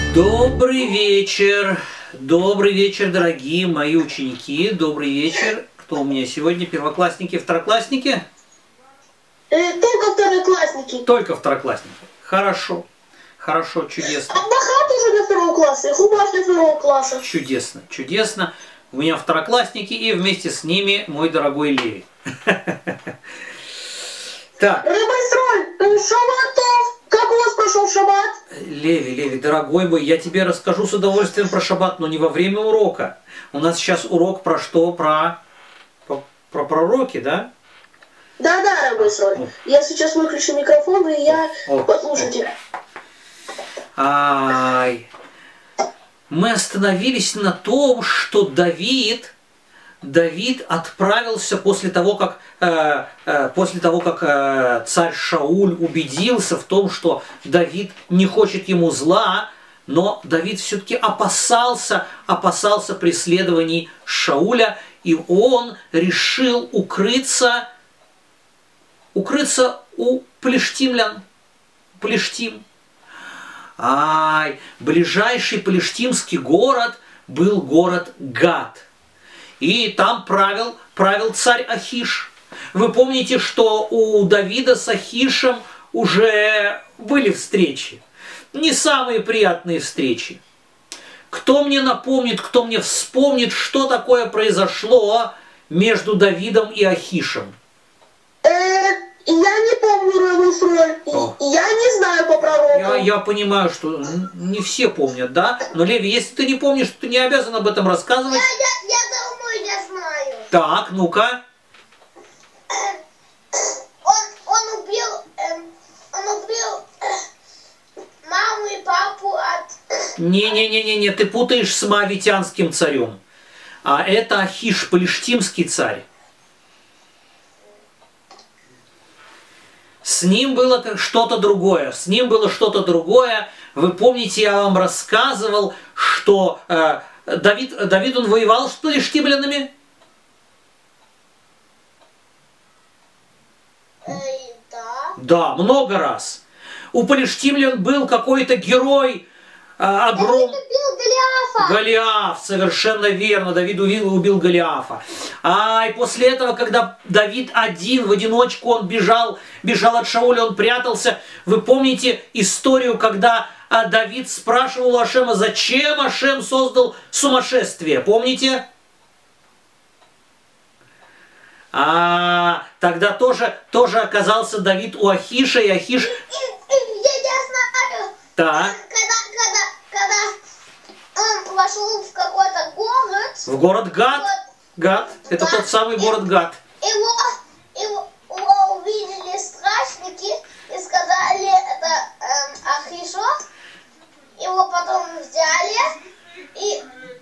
Добрый вечер, дорогие мои ученики, добрый вечер. Кто у меня сегодня, первоклассники, второклассники? Только второклассники. Только второклассники. Хорошо, хорошо, чудесно. Абдахат уже до второго класса, и Хубаш до второго класса. Чудесно, чудесно. У меня второклассники, и вместе с ними мой дорогой Леви. Так. Рыбой шабатов. Как у вас прошел шаббат? Леви, дорогой мой, я тебе расскажу с удовольствием про шаббат, но не во время урока. У нас сейчас урок про что? Про пророки, да? Да, Рыбой. Я сейчас выключу микрофон, и я послушаю тебя. Мы остановились на том, что Давид отправился после того, как царь Шауль убедился в том, что Давид не хочет ему зла, но Давид все-таки опасался преследований Шауля, и он решил укрыться у плештимлян. Ближайший плештимский город был город Гат. И там правил царь Ахиш. Вы помните, что у Давида с Ахишем уже были встречи. Не самые приятные встречи. Кто мне напомнит, кто мне вспомнит, что такое произошло между Давидом и Ахишем? Я не помню, Рыбой. Я не знаю по пророку. Я понимаю, что не все помнят, да? Но, Леви, если ты не помнишь, ты не обязан об этом рассказывать. Я думаю, я знаю. Так, ну-ка. Он убил маму и папу от... Не, ты путаешь с моавитянским царем. А это Ахиш, палештимский царь. С ним было что-то другое. Вы помните, я вам рассказывал, что Давид он воевал с палештимлянами? Да, много раз. У палештимлян был какой-то герой огромный. Голиаф, совершенно верно. Давид убил Голиафа. И после этого, когда Давид в одиночку, он бежал от Шауля, он прятался. Вы помните историю, когда Давид спрашивал у Ашема, зачем Ашем создал сумасшествие? Помните? Тогда тоже оказался Давид у Ахиша, и Ахиш... Я знаю. Так. Когда он вошел в какой-то город... В город Гат. Это тот самый город Гат. Его увидели страшники и сказали, это Ахишу. Его потом взяли, и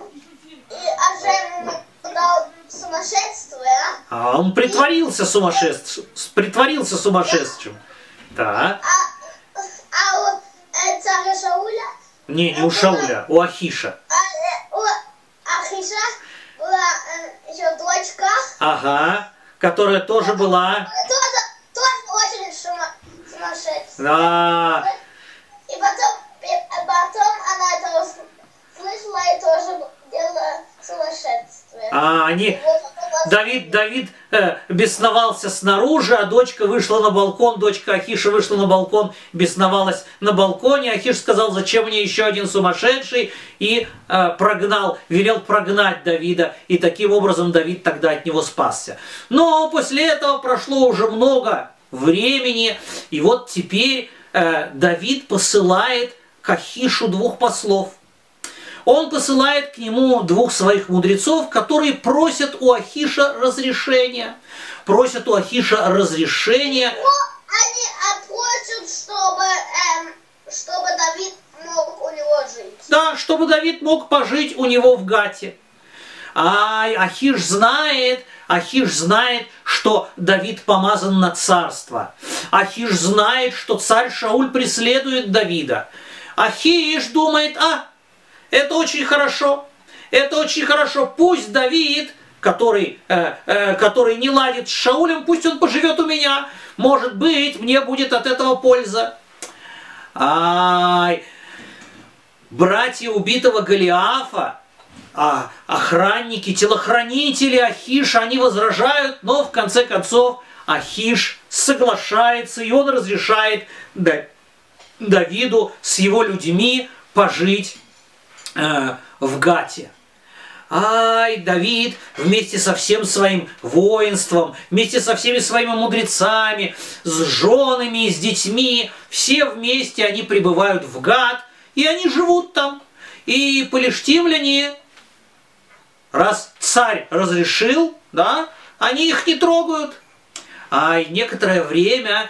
Ашем дал сумасшествие. Он притворился сумасшедшим. Так. У царя Шауля? Не у Шауля, у Ахиша. У Ахиша была еще дочка. Ага, которая тоже была... Тоже очень сумасшедшая. Да. И потом она это слышала и тоже делала сумасшествие. Давид бесновался снаружи, а дочка вышла на балкон, дочка Ахиша вышла на балкон, бесновалась на балконе. Ахиш сказал, зачем мне еще один сумасшедший, и велел прогнать Давида, и таким образом Давид тогда от него спасся. Но после этого прошло уже много времени, и вот теперь Давид посылает к Ахишу 2 послов. Он посылает к нему 2 своих мудрецов, которые просят у Ахиша разрешения. Они просят, чтобы Давид мог у него жить. Да, чтобы Давид мог пожить у него в Гате. Ахиш знает, что Давид помазан на царство. Ахиш знает, что царь Шауль преследует Давида. Ахиш думает, это очень хорошо, пусть Давид, который не ладит с Шаулем, пусть он поживет у меня, может быть, мне будет от этого польза. братья убитого Голиафа, охранники, телохранители Ахиша, они возражают, но в конце концов Ахиш соглашается, и он разрешает Давиду с его людьми пожить в Гате. Давид вместе со всем своим воинством, вместе со всеми своими мудрецами, с женами, с детьми, все вместе они прибывают в Гат, и они живут там. И палештимляне, раз царь разрешил, да, они их не трогают. Некоторое время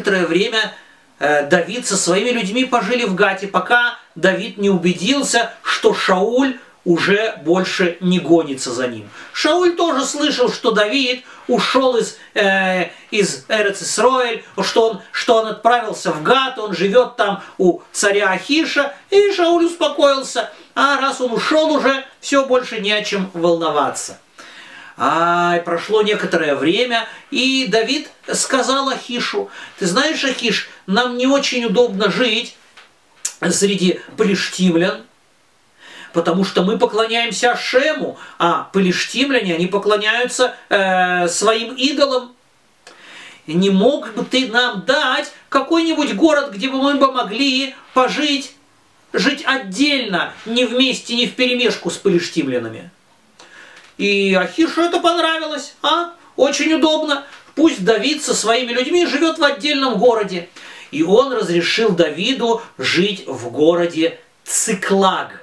Давид со своими людьми пожили в Гате, пока Давид не убедился, что Шауль уже больше не гонится за ним. Шауль тоже слышал, что Давид ушел из Эрец-Исроэль, что он отправился в Гат, он живет там у царя Ахиша, и Шауль успокоился. Раз он ушел уже, все, больше не о чем волноваться. Прошло некоторое время, и Давид сказал Ахишу: ты знаешь, Ахиш, нам не очень удобно жить среди палештимлян, потому что мы поклоняемся Ашему, а палештимляне, они поклоняются своим идолам. Не мог бы ты нам дать какой-нибудь город, где бы мы бы могли жить отдельно, не вместе, не вперемешку с палештимлянами? И Ахишу это понравилось, очень удобно. Пусть Давид со своими людьми живет в отдельном городе. И он разрешил Давиду жить в городе Циклаг.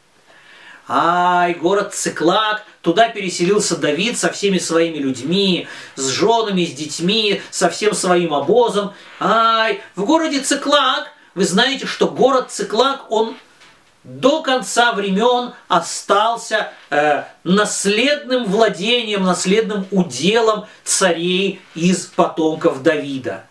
Город Циклаг, туда переселился Давид со всеми своими людьми, с женами, с детьми, со всем своим обозом. В городе Циклаг, вы знаете, что город Циклаг, он до конца времен остался наследным владением, наследным уделом царей из потомков Давида.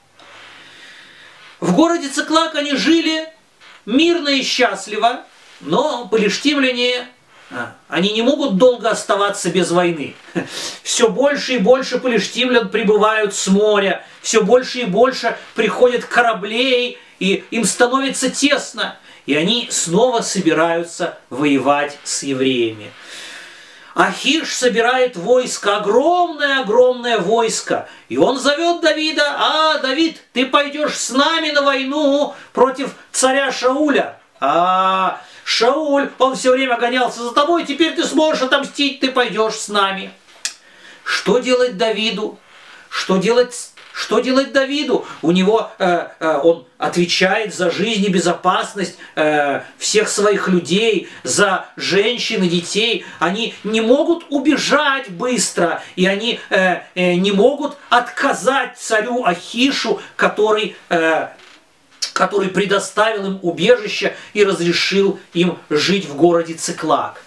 В городе Циклаг они жили мирно и счастливо, но палештимляне, они не могут долго оставаться без войны. Все больше и больше палештимлян прибывают с моря, все больше и больше приходят кораблей, и им становится тесно. И они снова собираются воевать с евреями. Ахиш собирает войско, огромное войско. И он зовет Давида: Давид, ты пойдешь с нами на войну против царя Шауля. Шауль, он все время гонялся за тобой, теперь ты сможешь отомстить, ты пойдешь с нами. Что делать Давиду? Что делать Давиду? У него, он отвечает за жизнь и безопасность всех своих людей, за женщин и детей. Они не могут убежать быстро, и они не могут отказать царю Ахишу, который предоставил им убежище и разрешил им жить в городе Циклаг.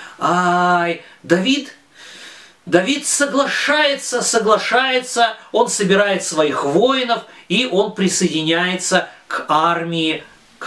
Давид соглашается, он собирает своих воинов, и он присоединяется к армии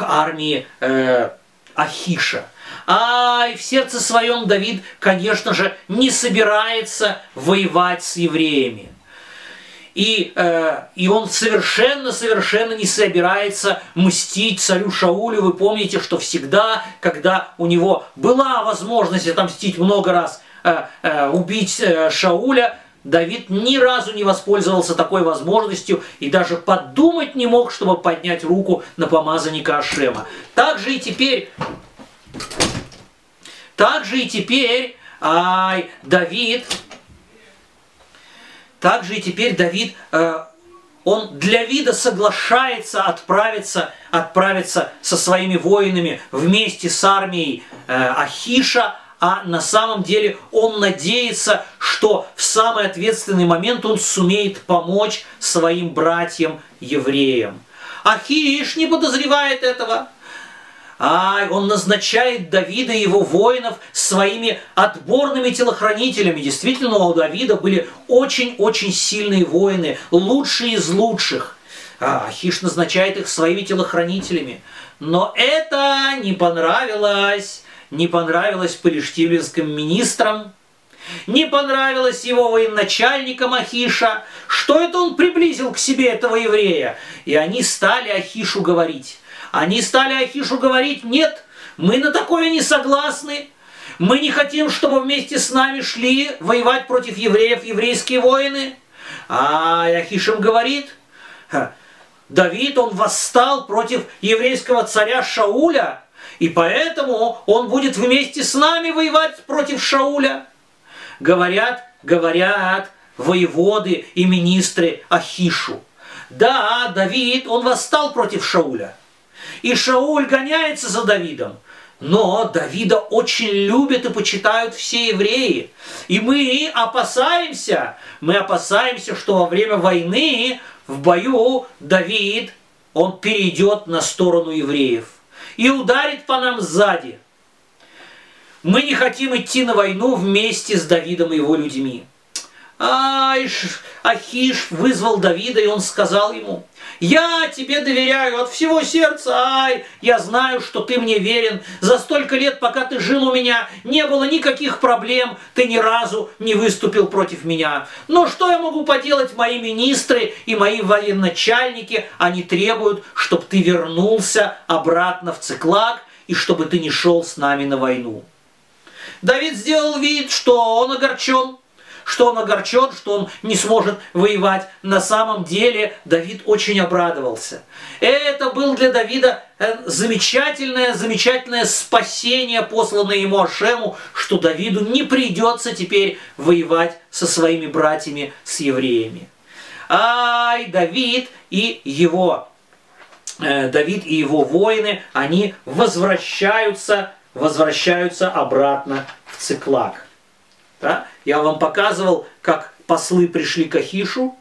Ахиша. И в сердце своем Давид, конечно же, не собирается воевать с евреями. И он совершенно не собирается мстить царю Шаулю. Вы помните, что всегда, когда у него была возможность отомстить много раз, убить Шауля, Давид ни разу не воспользовался такой возможностью и даже подумать не мог, чтобы поднять руку на помазанника Ашема. Также и теперь Давид, он для вида соглашается отправиться со своими воинами вместе с армией Ахиша, а на самом деле он надеется, что в самый ответственный момент он сумеет помочь своим братьям-евреям. Ахиш не подозревает этого. Он назначает Давида и его воинов своими отборными телохранителями. Действительно, у Давида были очень-очень сильные воины, лучшие из лучших. Ахиш назначает их своими телохранителями. Но это не понравилось палештимлянским министрам, не понравилось его военачальникам Ахиша. Что это он приблизил к себе этого еврея? И они стали Ахишу говорить. Нет, Мы на такое не согласны. Мы не хотим, чтобы вместе с нами шли воевать против евреев еврейские воины. А Ахиш им говорит: Давид, он восстал против еврейского царя Шауля, и поэтому он будет вместе с нами воевать против Шауля. Говорят воеводы и министры Ахишу: да, Давид, он восстал против Шауля, и Шауль гоняется за Давидом, но Давида очень любят и почитают все евреи. И мы опасаемся, что во время войны, в бою, Давид, он перейдет на сторону евреев и ударит по нам сзади. Мы не хотим идти на войну вместе с Давидом и его людьми. Ахиш вызвал Давида, и он сказал ему: я тебе доверяю от всего сердца, я знаю, что ты мне верен. За столько лет, пока ты жил у меня, не было никаких проблем, ты ни разу не выступил против меня. Но что я могу поделать? Мои министры и мои военачальники, они требуют, чтобы ты вернулся обратно в Циклаг, и чтобы ты не шел с нами на войну. Давид сделал вид, что он огорчен, что он не сможет воевать. На самом деле Давид очень обрадовался. Это был для Давида замечательное спасение, посланное ему Ашему, что Давиду не придется теперь воевать со своими братьями, с евреями. Давид и его воины, они возвращаются обратно в Циклаг. Да? Я вам показывал, как послы пришли к Ахишу.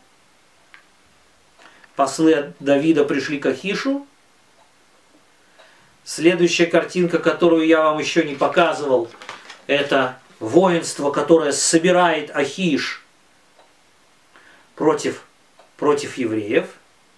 Послы Давида пришли к Ахишу. Следующая картинка, которую я вам еще не показывал, это воинство, которое собирает Ахиш против евреев.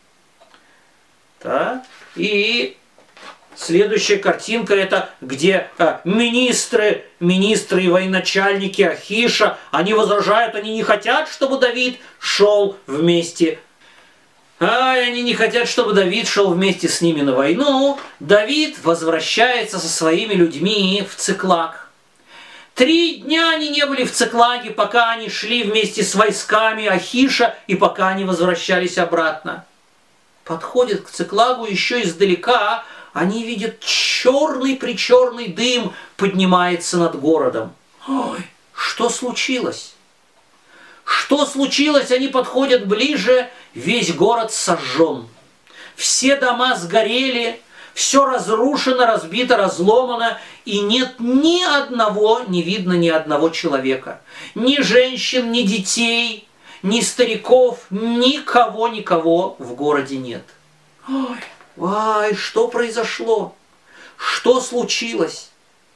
Да? И следующая картинка, это где министры и военачальники Ахиша, они возражают, они не хотят, чтобы Давид шел вместе. Они не хотят, чтобы Давид шел вместе с ними на войну. Давид возвращается со своими людьми в Циклаг. 3 дня они не были в Циклаге, пока они шли вместе с войсками Ахиша и пока они возвращались обратно. Подходят к Циклагу еще издалека. Они видят черный-причерный дым поднимается над городом. Ой, что случилось? Что случилось? Они подходят ближе, весь город сожжен. Все дома сгорели, все разрушено, разбито, разломано, и нет не видно ни одного человека. Ни женщин, ни детей, ни стариков, никого в городе нет. Ой, что произошло? Что случилось?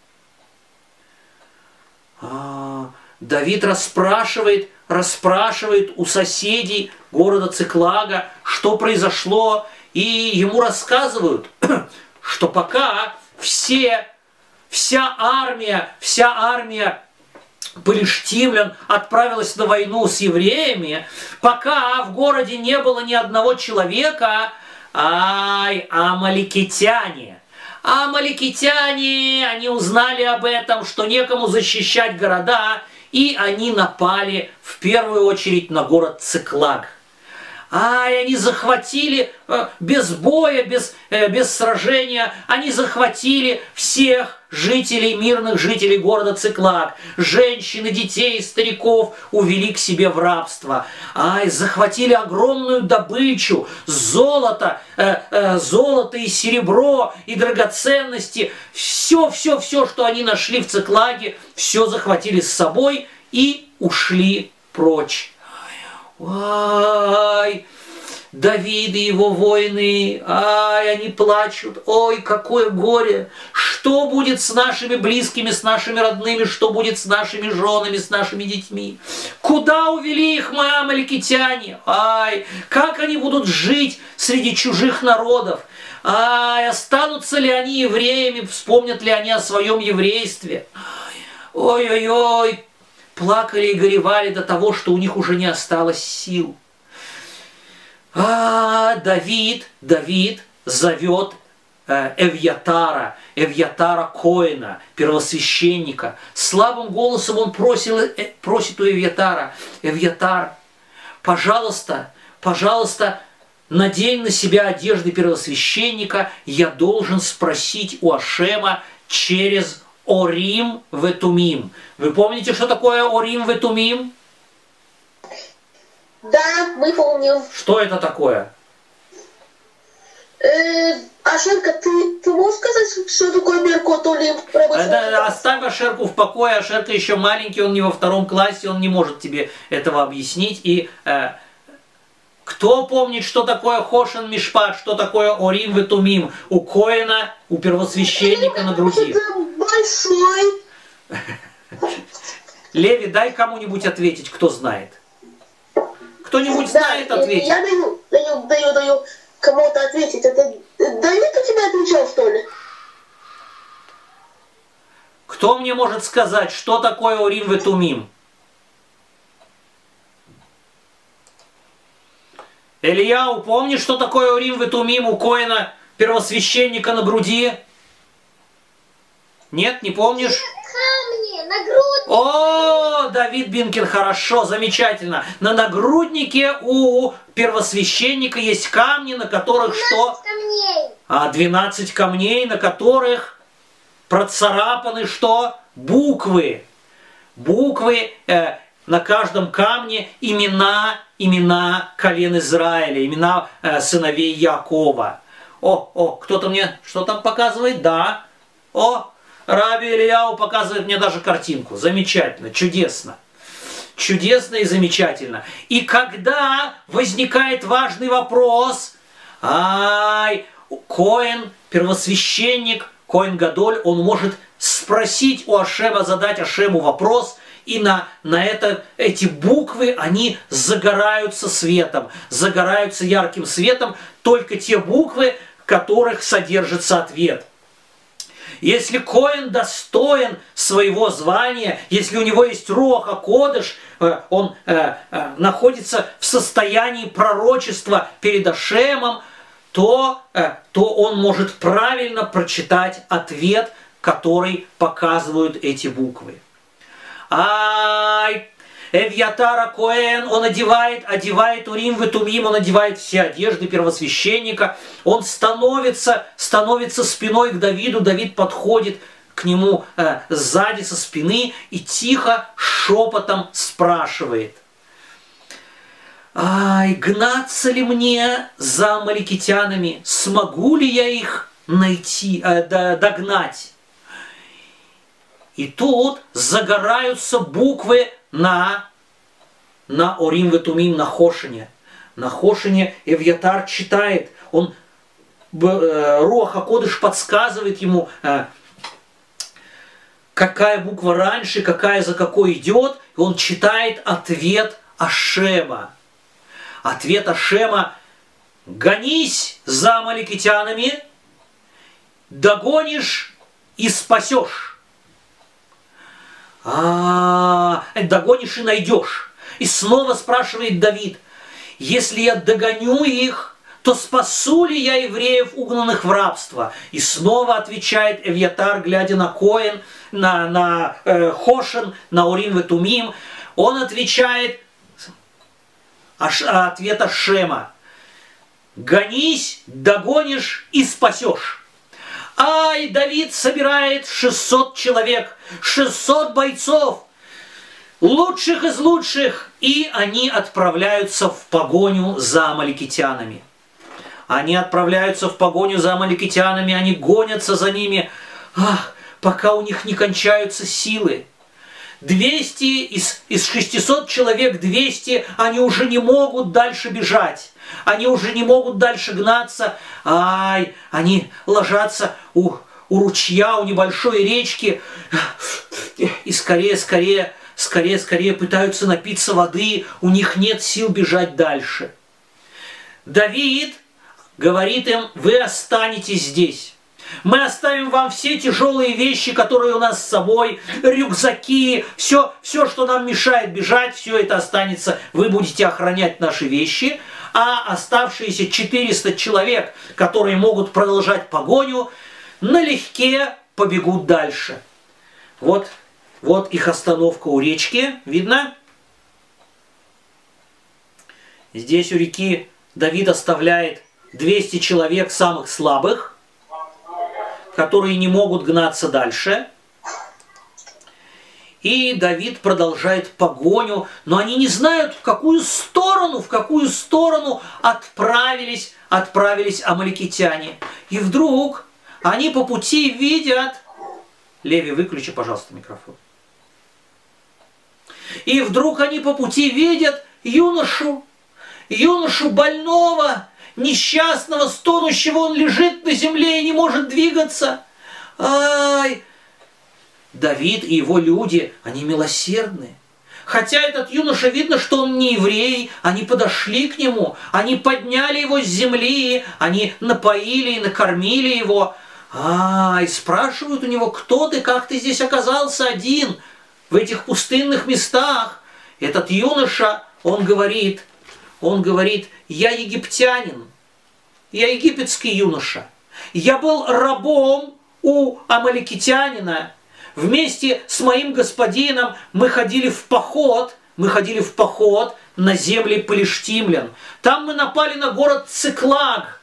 Давид расспрашивает у соседей города Циклага, что произошло, и ему рассказывают, что пока вся армия палештимлян отправилась на войну с евреями, пока в городе не было ни одного человека, амаликитяне, они узнали об этом, что некому защищать города, и они напали в первую очередь на город Циклаг. И они захватили без боя, без сражения, они захватили всех мирных жителей города Циклаг. Женщин, детей, стариков увели к себе в рабство. Захватили огромную добычу, золото и серебро, и драгоценности. Все, что они нашли в Циклаге, все захватили с собой и ушли прочь. Давид и его воины, они плачут, ой, какое горе, что будет с нашими близкими, с нашими родными, что будет с нашими женами, с нашими детьми, куда увели их амаликитяне, как они будут жить среди чужих народов, останутся ли они евреями, вспомнят ли они о своем еврействе, ой-ой-ой, плакали и горевали до того, что у них уже не осталось сил. Давид зовет Эвьятара Коэна, первосвященника. Слабым голосом он просит у Эвьятара: Эвьятар, пожалуйста, надень на себя одежды первосвященника, я должен спросить у Ашема через Орим Ветумим. Вы помните, что такое Орим Ветумим? Да, мы помним. Что это такое? Ашерка, ты можешь сказать, что такое Беркот Олим? Оставь Ашерку в покое, Ашерка еще маленький, он не во 2 классе, он не может тебе этого объяснить. И кто помнит, что такое Хошен Мишпат, что такое Орим Ветумим у Коэна, у первосвященника на груди? Большой. Леви, дай кому-нибудь ответить, кто знает. Кто-нибудь знает ответить? Я даю кому-то ответить. Это Давид у тебя отвечал, что ли? Кто мне может сказать, что такое Орим Ветумим? Ильяу, помнишь, что такое Орим Ветумим у Коэна, первосвященника на груди? Нет, не помнишь? Камни, нагрудник. О, Давид Бинкин, хорошо, замечательно. На нагруднике у первосвященника есть камни, на которых 12 что? камней. 12 камней, на которых процарапаны что? Буквы. Буквы, на каждом камне имена колен Израиля, имена сыновей Якова. Кто-то мне что там показывает? Да. Раби Ильяу показывает мне даже картинку. Замечательно, чудесно. Чудесно и замечательно. И когда возникает важный вопрос, Коэн, первосвященник, Коэн Гадоль, он может спросить у Ашема, задать Ашему вопрос, и на это эти буквы, они загораются светом, загораются ярким светом, только те буквы, в которых содержится ответ. Если Коэн достоин своего звания, если у него есть Руах ха-Кодеш, он находится в состоянии пророчества перед Ашемом, то он может правильно прочитать ответ, который показывают эти буквы. Эвьятара Коэн, он одевает Урим Ветумим, он одевает все одежды первосвященника, он становится спиной к Давиду, Давид подходит к нему сзади со спины и тихо, шепотом спрашивает: гнаться ли мне за амаликитянами, смогу ли я их догнать? И тут загораются буквы на Орим Ветумим, на Хошине. На Хошине Эвьятар читает, Руах ха-Кодеш подсказывает ему, какая буква раньше, какая за какой идет, и он читает ответ Ашема. Ответ Ашема: гонись за амаликитянами, догонишь и спасешь. Догонишь и найдешь. И снова спрашивает Давид: если я догоню их, то спасу ли я евреев, угнанных в рабство? И снова отвечает Эвьятар, глядя на Коэн, на Хошен, на Орим Ветумим. Он отвечает ответ Ашема: гонись, догонишь и спасешь. Давид собирает 600 человек, 600 бойцов, лучших из лучших, и они отправляются в погоню за амаликитянами. Они отправляются в погоню за амаликитянами, они гонятся за ними, пока у них не кончаются силы. 200 из 600 человек, 200, они уже не могут дальше бежать. Они уже не могут дальше гнаться. Они ложатся у ручья, у небольшой речки. И скорее пытаются напиться воды. У них нет сил бежать дальше. Давид говорит им: вы останетесь здесь. Мы оставим вам все тяжелые вещи, которые у нас с собой, рюкзаки, все, что нам мешает бежать, все это останется. Вы будете охранять наши вещи, а оставшиеся 400 человек, которые могут продолжать погоню, налегке побегут дальше. Вот их остановка у речки, видно? Здесь у реки Давид оставляет 200 человек самых слабых, которые не могут гнаться дальше. И Давид продолжает погоню, но они не знают, в какую сторону отправились амаликитяне. И вдруг они по пути видят... Леви, выключи, пожалуйста, микрофон. И вдруг они по пути видят юношу больного, несчастного, стонущего, он лежит на земле и не может двигаться. Ай! Давид и его люди, они милосердны. Хотя этот юноша, видно, что он не еврей, они подошли к нему, они подняли его с земли, они напоили и накормили его. И спрашивают у него: кто ты, как ты здесь оказался один, в этих пустынных местах? Этот юноша, он говорит, я египтянин, я египетский юноша, я был рабом у амаликитянина, вместе с моим господином мы ходили в поход на земли палештимлян. Там мы напали на город Циклаг,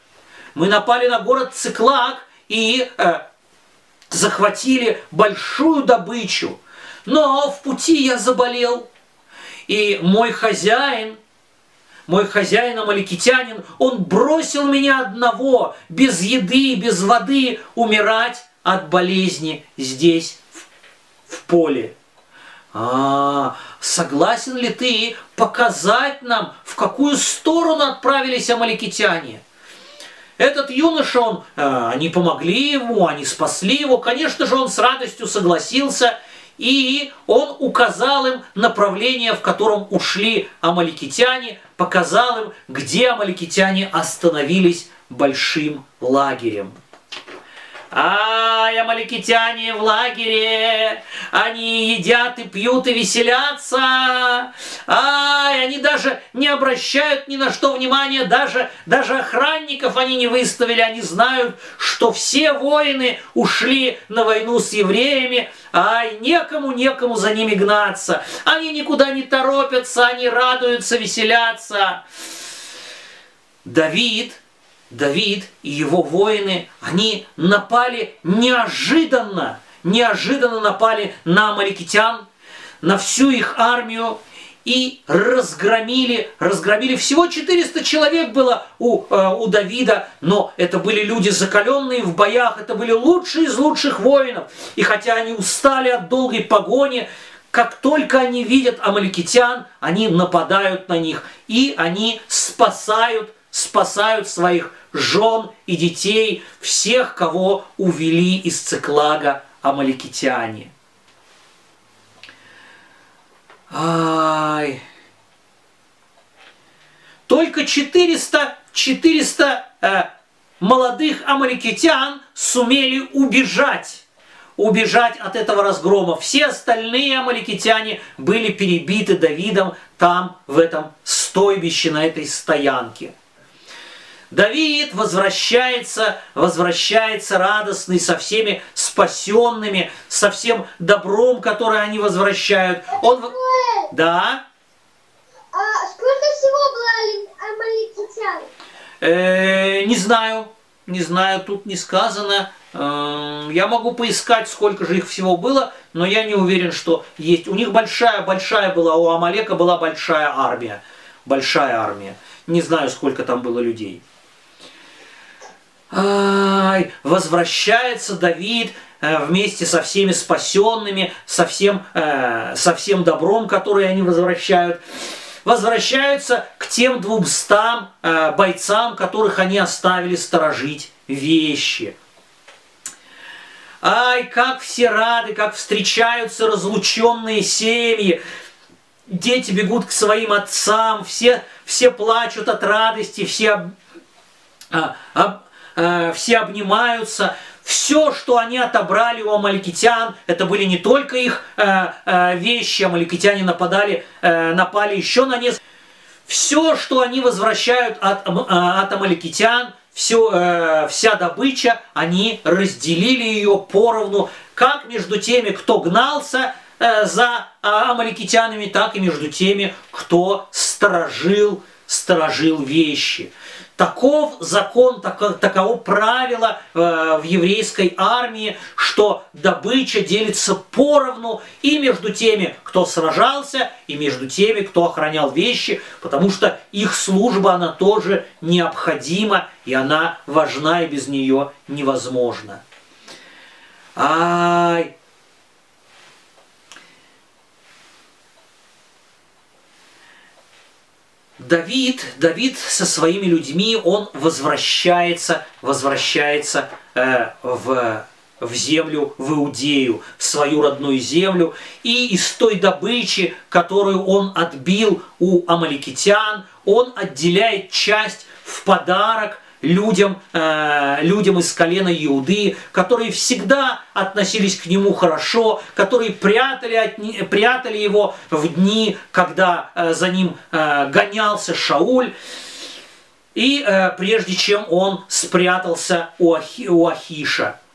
и захватили большую добычу. Но в пути я заболел, и мой хозяин амаликитянин, он бросил меня одного, без еды, без воды, умирать от болезни здесь, в поле. Согласен ли ты показать нам, в какую сторону отправились амаликитяне? Этот юноша, они помогли ему, они спасли его. Конечно же, он с радостью согласился, и он указал им направление, в котором ушли амаликитяне, показал им, где амаликитяне остановились большим лагерем. Амаликитяне в лагере, они едят и пьют и веселятся. Они даже не обращают ни на что внимания, даже охранников они не выставили. Они знают, что все воины ушли на войну с евреями, некому за ними гнаться. Они никуда не торопятся, они радуются, веселятся. Давид и его воины, они напали неожиданно напали на амаликитян, на всю их армию и разгромили. Всего 400 человек было у Давида, но это были люди закаленные в боях, это были лучшие из лучших воинов. И хотя они устали от долгой погони, как только они видят амаликитян, они нападают на них, и они спасают своих жен и детей, всех, кого увели из Циклага амаликитяне. Только 400 молодых амаликитян сумели убежать от этого разгрома. Все остальные амаликитяне были перебиты Давидом там, в этом стойбище, на этой стоянке. Давид возвращается радостный, со всеми спасенными, со всем добром, которое они возвращают. Да? Сколько всего было амаликитян? Не знаю, тут не сказано. Я могу поискать, сколько же их всего было, но я не уверен, что есть. У них большая была, у Амалека была большая армия. Не знаю, сколько там было людей. Возвращается Давид вместе со всеми спасенными, со всем добром, которое они возвращаются к тем 200 бойцам, которых они оставили сторожить вещи. Как все рады, как встречаются разлученные семьи. Дети бегут к своим отцам, все плачут от радости, все обнимаются. Все, что они отобрали у амаликитян, это были не только их вещи, амаликитяне напали еще на несколько. все, что они возвращают от амаликитян, вся добыча, они разделили ее поровну, как между теми, кто гнался за амаликитянами, так и между теми, кто сторожил вещи. Таков закон, таково правило в еврейской армии, что добыча делится поровну и между теми, кто сражался, и между теми, кто охранял вещи, потому что их служба, она тоже необходима, и она важна, и без нее невозможно. Давид со своими людьми, он возвращается в землю, в Иудею, в свою родную землю. И из той добычи, которую он отбил у амаликитян, он отделяет часть в подарок людям из колена Иуды, которые всегда относились к нему хорошо, которые прятали его в дни, когда за ним гонялся Шауль, и прежде чем он спрятался у Ахиша.